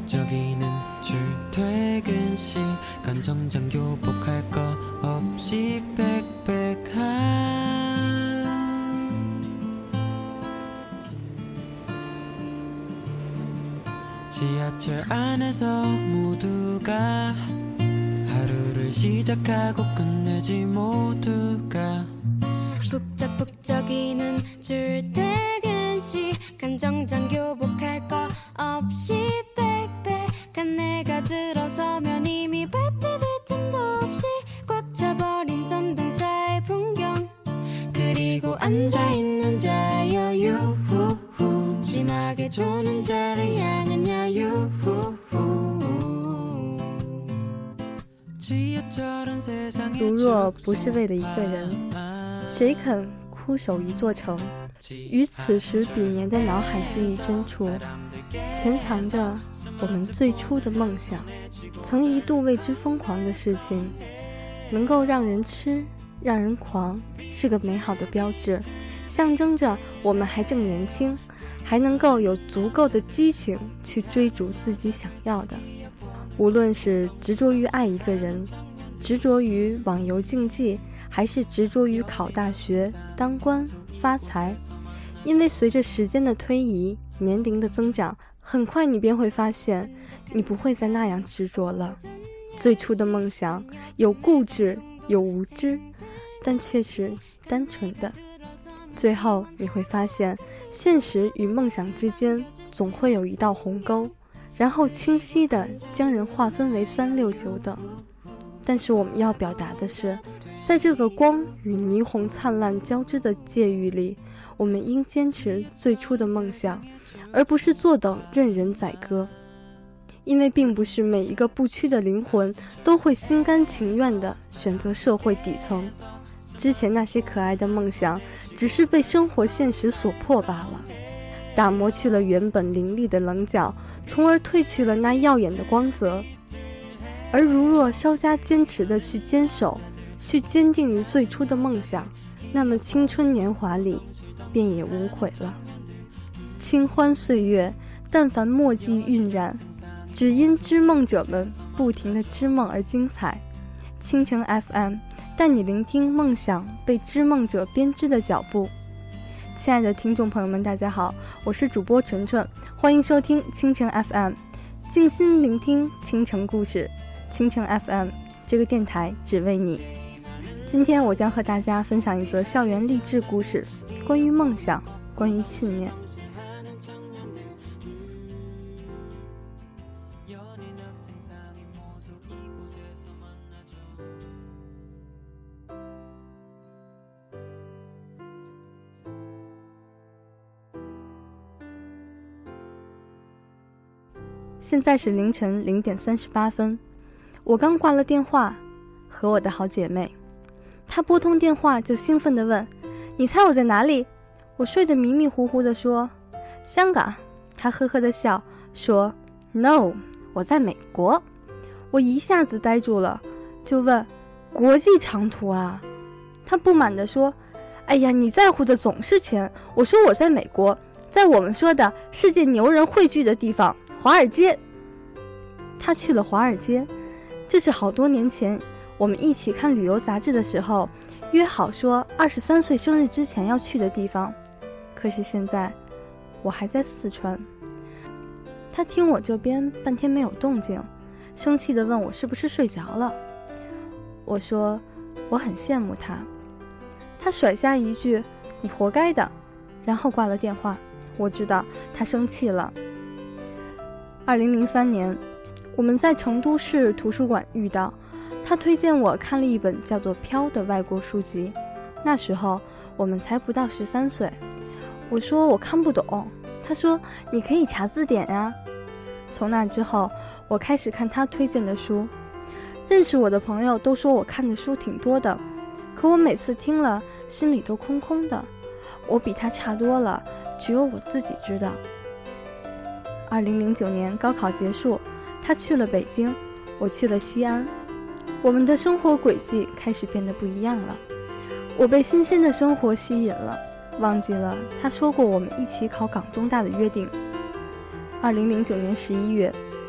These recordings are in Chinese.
북적이는 출퇴근 시간 정장 교복할 거 없이 빽빽한 지하철 안에서 모두가 하루를 시작하고 끝내지 모두가 북적북적이는 출퇴근 시간 정장 교복할 거 없이 빽빽한 내가 들어서면 이미 발 디딜 틈도 없이 꽉 차버린 전동차의 풍경 그리고 앉아있는 자여 유후후 심하게 조는 자를 향한 야유후후 如若不是为了一个人，谁肯枯守一座城？于此时彼年的脑海记忆深处，潜藏着我们最初的梦想，曾一度为之疯狂的事情，能够让人痴，让人狂，是个美好的标志，象征着我们还正年轻，还能够有足够的激情去追逐自己想要的。无论是执着于爱一个人，执着于网游竞技，还是执着于考大学、当官、发财，因为随着时间的推移，年龄的增长，很快你便会发现，你不会再那样执着了。最初的梦想，有固执，有无知，但却是单纯的。最后你会发现，现实与梦想之间总会有一道鸿沟，然后清晰地将人划分为3、6、9等。但是我们要表达的是，在这个光与霓虹灿烂交织的界域里，我们应坚持最初的梦想，而不是坐等任人宰割。因为并不是每一个不屈的灵魂都会心甘情愿地选择社会底层，之前那些可爱的梦想只是被生活现实所迫罢了，打磨去了原本凌厉的棱角，从而褪去了那耀眼的光泽。而如若稍加坚持地去坚守，去坚定于最初的梦想，那么青春年华里便也无悔了。清欢岁月，但凡墨迹晕染，只因织梦者们不停地织梦而精彩。倾城 FM 带你聆听梦想被织梦者编织的脚步。亲爱的听众朋友们，大家好，我是主播纯纯，欢迎收听倾城 FM， 静心聆听倾城故事。倾城 FM 这个电台只为你。今天我将和大家分享一则校园励志故事，关于梦想，关于信念。现在是凌晨0点38分，我刚挂了电话，和我的好姐妹，她拨通电话就兴奋地问：“你猜我在哪里？”我睡得迷迷糊糊地说：“香港。”她呵呵地笑说 ：“No， 我在美国。”我一下子呆住了，就问：“国际长途啊？”她不满地说：“哎呀，你在乎的总是钱。我说我在美国，在我们说的世界牛人汇聚的地方。”华尔街。他去了华尔街，这是好多年前我们一起看旅游杂志的时候约好说23岁生日之前要去的地方。可是现在我还在四川。他听我这边半天没有动静，生气地问我是不是睡着了。我说我很羡慕他。他甩下一句你活该的，然后挂了电话。我知道他生气了。2003年，我们在成都市图书馆遇到，他推荐我看了一本叫做《飘》的外国书籍。那时候我们才不到13岁。我说我看不懂，他说你可以查字典啊。从那之后，我开始看他推荐的书。认识我的朋友都说我看的书挺多的，可我每次听了心里都空空的。我比他差多了，只有我自己知道。2009年高考结束，他去了北京，我去了西安。我们的生活轨迹开始变得不一样了。我被新鲜的生活吸引了，忘记了他说过我们一起考港中大的约定。2009年11月，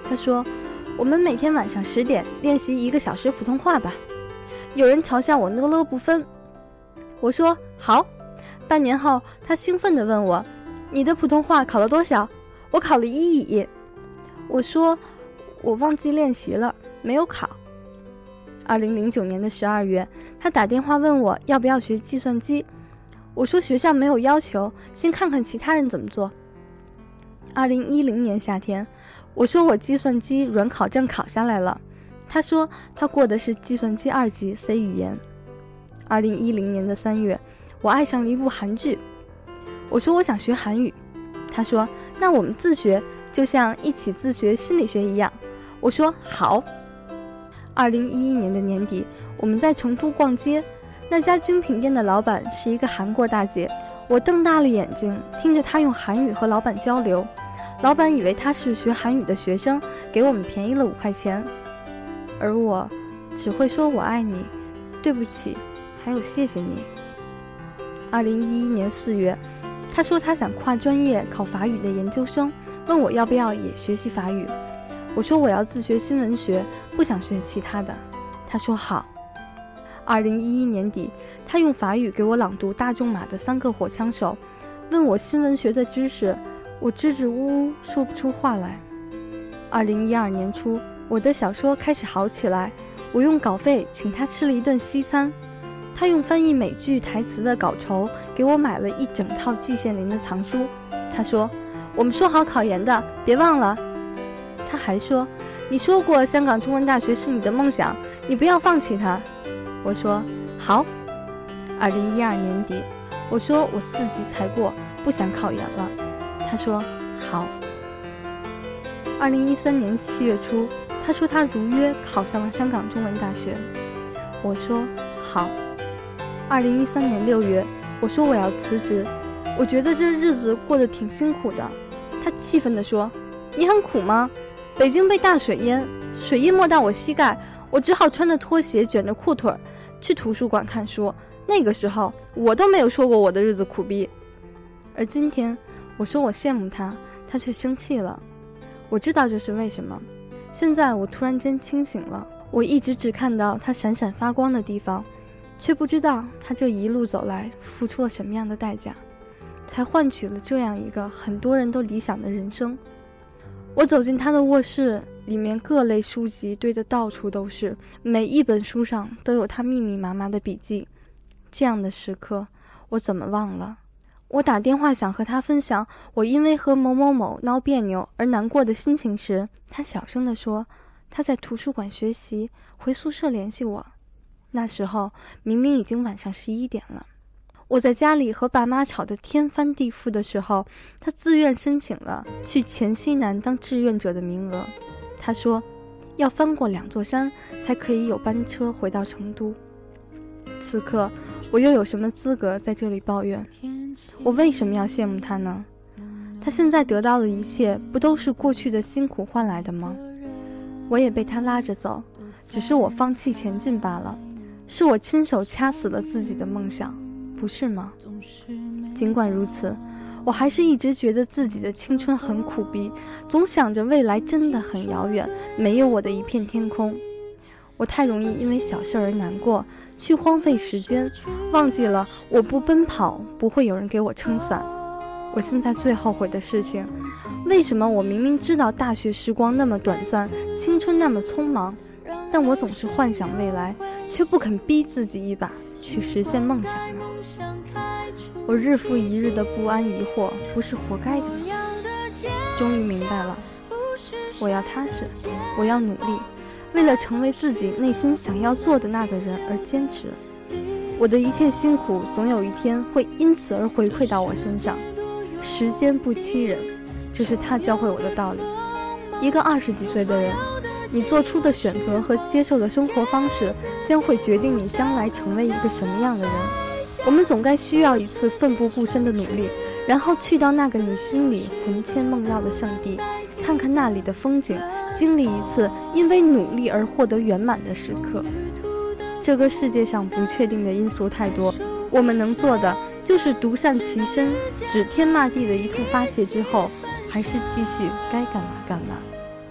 他说，我们每天晚上10点练习1个小时普通话吧。有人嘲笑我呢了不分，我说好。半年后，他兴奋地问我，你的普通话考了多少？我考了1乙。我说我忘记练习了，没有考。2009年的12月，他打电话问我要不要学计算机，我说学校没有要求，先看看其他人怎么做。2010年夏天，我说我计算机软考证考下来了，他说他过的是计算机2级 C 语言。2010年的3月，我爱上了一部韩剧，我说我想学韩语，他说那我们自学，就像一起自学心理学一样。我说好。2011年的年底，我们在成都逛街，那家精品店的老板是一个韩国大姐，我瞪大了眼睛听着她用韩语和老板交流，老板以为她是学韩语的学生，给我们便宜了5块钱，而我只会说我爱你，对不起，还有谢谢你。2011年4月，他说他想跨专业考法语的研究生，问我要不要也学习法语。我说我要自学新闻学，不想学其他的。他说好。2011年底，他用法语给我朗读大仲马的3个火枪手，问我新闻学的知识，我支支吾吾说不出话来。2012年初，我的小说开始好起来，我用稿费请他吃了一顿西餐，他用翻译美剧台词的稿酬给我买了一整套季羡林的藏书。他说我们说好考研的，别忘了。他还说你说过香港中文大学是你的梦想，你不要放弃它。我说好。2012年底，我说我4级才过，不想考研了。他说好。2013年7月初，他说他如约考上了香港中文大学。我说好。2013年6月，我说我要辞职，我觉得这日子过得挺辛苦的。他气愤地说，你很苦吗？北京被大水淹，水淹没到我膝盖，我只好穿着拖鞋卷着裤腿去图书馆看书。那个时候我都没有说过我的日子苦逼。而今天我说我羡慕他，他却生气了。我知道这是为什么。现在我突然间清醒了，我一直只看到他闪闪发光的地方，却不知道他这一路走来付出了什么样的代价，才换取了这样一个很多人都理想的人生。我走进他的卧室，里面各类书籍堆得到处都是，每一本书上都有他密密麻麻的笔记。这样的时刻，我怎么忘了？我打电话想和他分享我因为和某某某闹别扭而难过的心情时，他小声地说他在图书馆学习，回宿舍联系我。那时候明明已经晚上11点了。我在家里和爸妈吵得天翻地覆的时候，他自愿申请了去黔西南当志愿者的名额。他说要翻过2座山才可以有班车回到成都。此刻我又有什么资格在这里抱怨？我为什么要羡慕他呢？他现在得到的一切不都是过去的辛苦换来的吗？我也被他拉着走，只是我放弃前进罢了，是我亲手掐死了自己的梦想，不是吗？尽管如此，我还是一直觉得自己的青春很苦逼，总想着未来真的很遥远，没有我的一片天空。我太容易因为小事而难过，去荒废时间，忘记了我不奔跑不会有人给我撑伞。我现在最后悔的事情，为什么我明明知道大学时光那么短暂，青春那么匆忙，但我总是幻想未来，却不肯逼自己一把去实现梦想呢？我日复一日的不安疑惑，不是活该的吗？终于明白了，我要踏实，我要努力，为了成为自己内心想要做的那个人而坚持。我的一切辛苦总有一天会因此而回馈到我身上。时间不欺人，这是他教会我的道理。一个20几岁的人，你做出的选择和接受的生活方式将会决定你将来成为一个什么样的人。我们总该需要一次奋不顾身的努力，然后去到那个你心里魂牵梦绕的圣地，看看那里的风景，经历一次因为努力而获得圆满的时刻。这个世界上不确定的因素太多，我们能做的就是独善其身，指天骂地的一通发泄之后，还是继续该干嘛干嘛。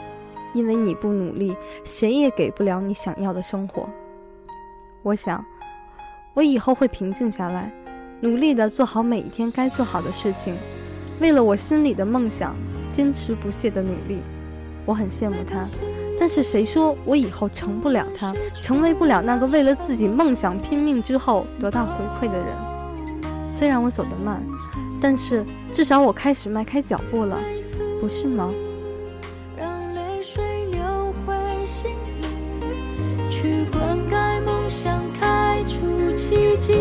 因为你不努力，谁也给不了你想要的生活。我想，我以后会平静下来，努力地做好每一天该做好的事情，为了我心里的梦想，坚持不懈地努力。我很羡慕他，但是谁说我以后成不了他，成为不了那个为了自己梦想拼命之后得到回馈的人。虽然我走得慢，但是至少我开始迈开脚步了，不是吗？ 让泪水流回心里，去灌溉梦想，开出奇迹。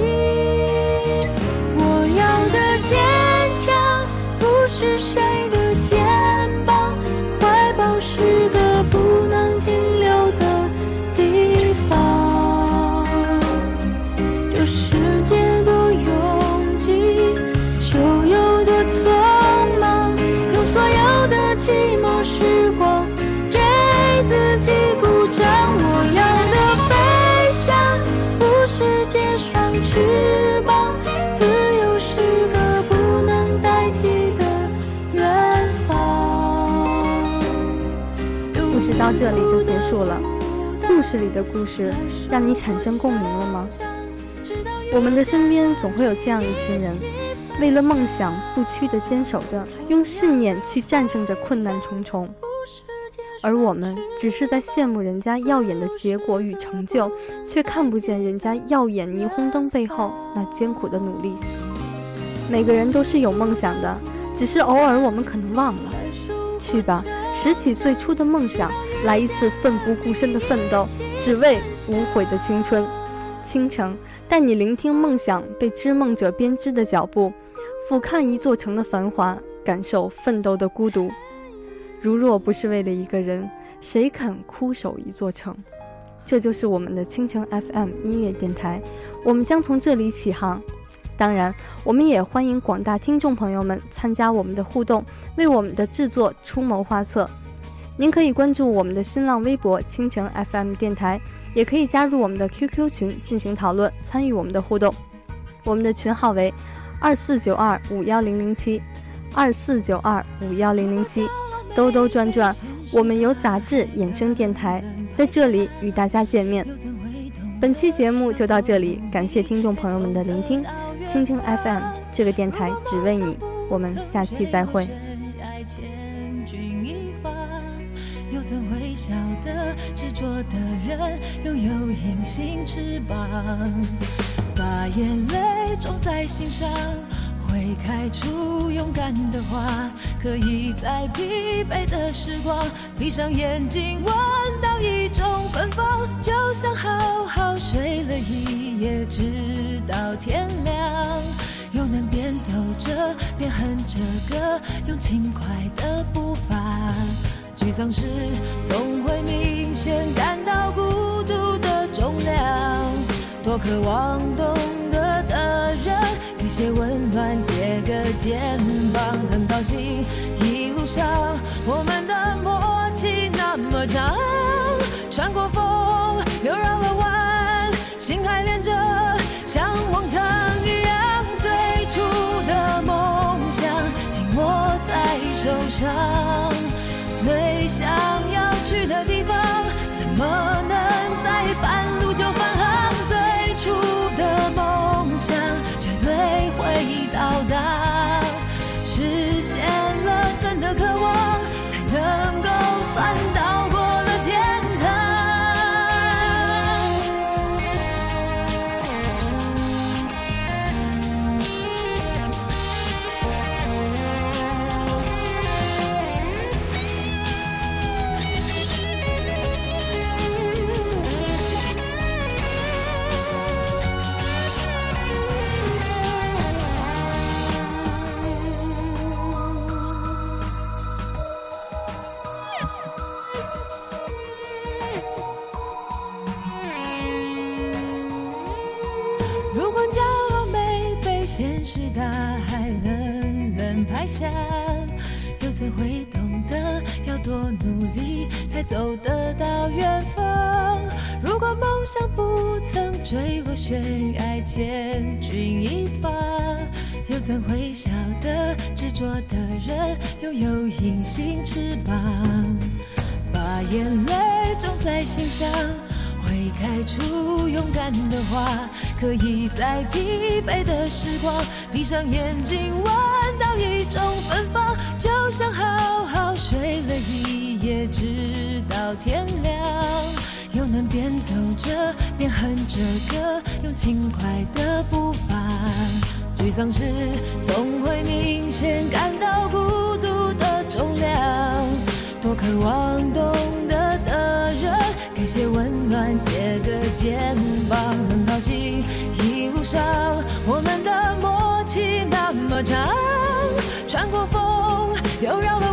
我要的坚强不是谁的肩膀，怀抱是个不能停留的地方。这世界多拥挤，就有多匆忙，用所有的寂寞时光给自己鼓掌。我要的飞翔不是结双翅膀，自由是个不能代替的远方。 故事到这里就结束了，故事里的故事让你产生共鸣了吗？我们的身边总会有这样一群人，为了梦想不屈地坚守着，用信念去战胜着困难重重，而我们只是在羡慕人家耀眼的结果与成就，却看不见人家耀眼霓虹灯背后那艰苦的努力。每个人都是有梦想的，只是偶尔我们可能忘了。去吧，拾起最初的梦想，来一次奋不顾身的奋斗，只为无悔的青春。倾城带你聆听梦想被织梦者编织的脚步，俯瞰一座城的繁华，感受奋斗的孤独。如若不是为了一个人，谁肯枯守一座城？这就是我们的倾城 FM 音乐电台，我们将从这里起航。当然，我们也欢迎广大听众朋友们参加我们的互动，为我们的制作出谋划策。您可以关注我们的新浪微博倾城 FM 电台，也可以加入我们的 QQ 群进行讨论，参与我们的互动。我们的群号为2492-51007 2492-51007。兜兜转转，我们有杂志衍生电台，在这里与大家见面。本期节目就到这里，感谢听众朋友们的聆听。倾城 FM 这个电台只为你，我们下期再会。 又怎会晓得执着的人拥有隐形翅膀，把眼泪种在心上，会开出勇敢的花，可以在疲惫的时光闭上眼睛，闻到一种芬芳，就像好好睡了一夜，直到天亮，又能边走着边哼着歌，用轻快的步伐。沮丧时总会明显感到孤独的重量，多渴望懂得的人给些温暖，借个肩膀。很高兴一路上我们的默契那么长，穿过风又绕了弯，心还连着像往常一样，最初的梦想紧握在手上，最想要去的地方，怎么能在半路就返航？最初的梦想绝对会到达，实现了真的渴望，才能够算到过了天堂。如果骄傲没被现实大海冷冷拍下，又怎会懂得要多努力才走得到远方？如果梦想不曾坠落悬崖，千钧一发，又怎会晓得执着的人拥有隐形翅膀，把把眼泪种在心上，会开出勇敢的花，可以在疲惫的时光闭上眼睛闻到一种芬芳，就像好好睡了一夜直到天亮，又能边走着边哼着歌，用轻快的步伐，沮丧时总会明显感到孤独的重量，多渴望懂得的人给些温暖，借个肩膀，很高兴一路上我们的默契那么长，穿过风又绕了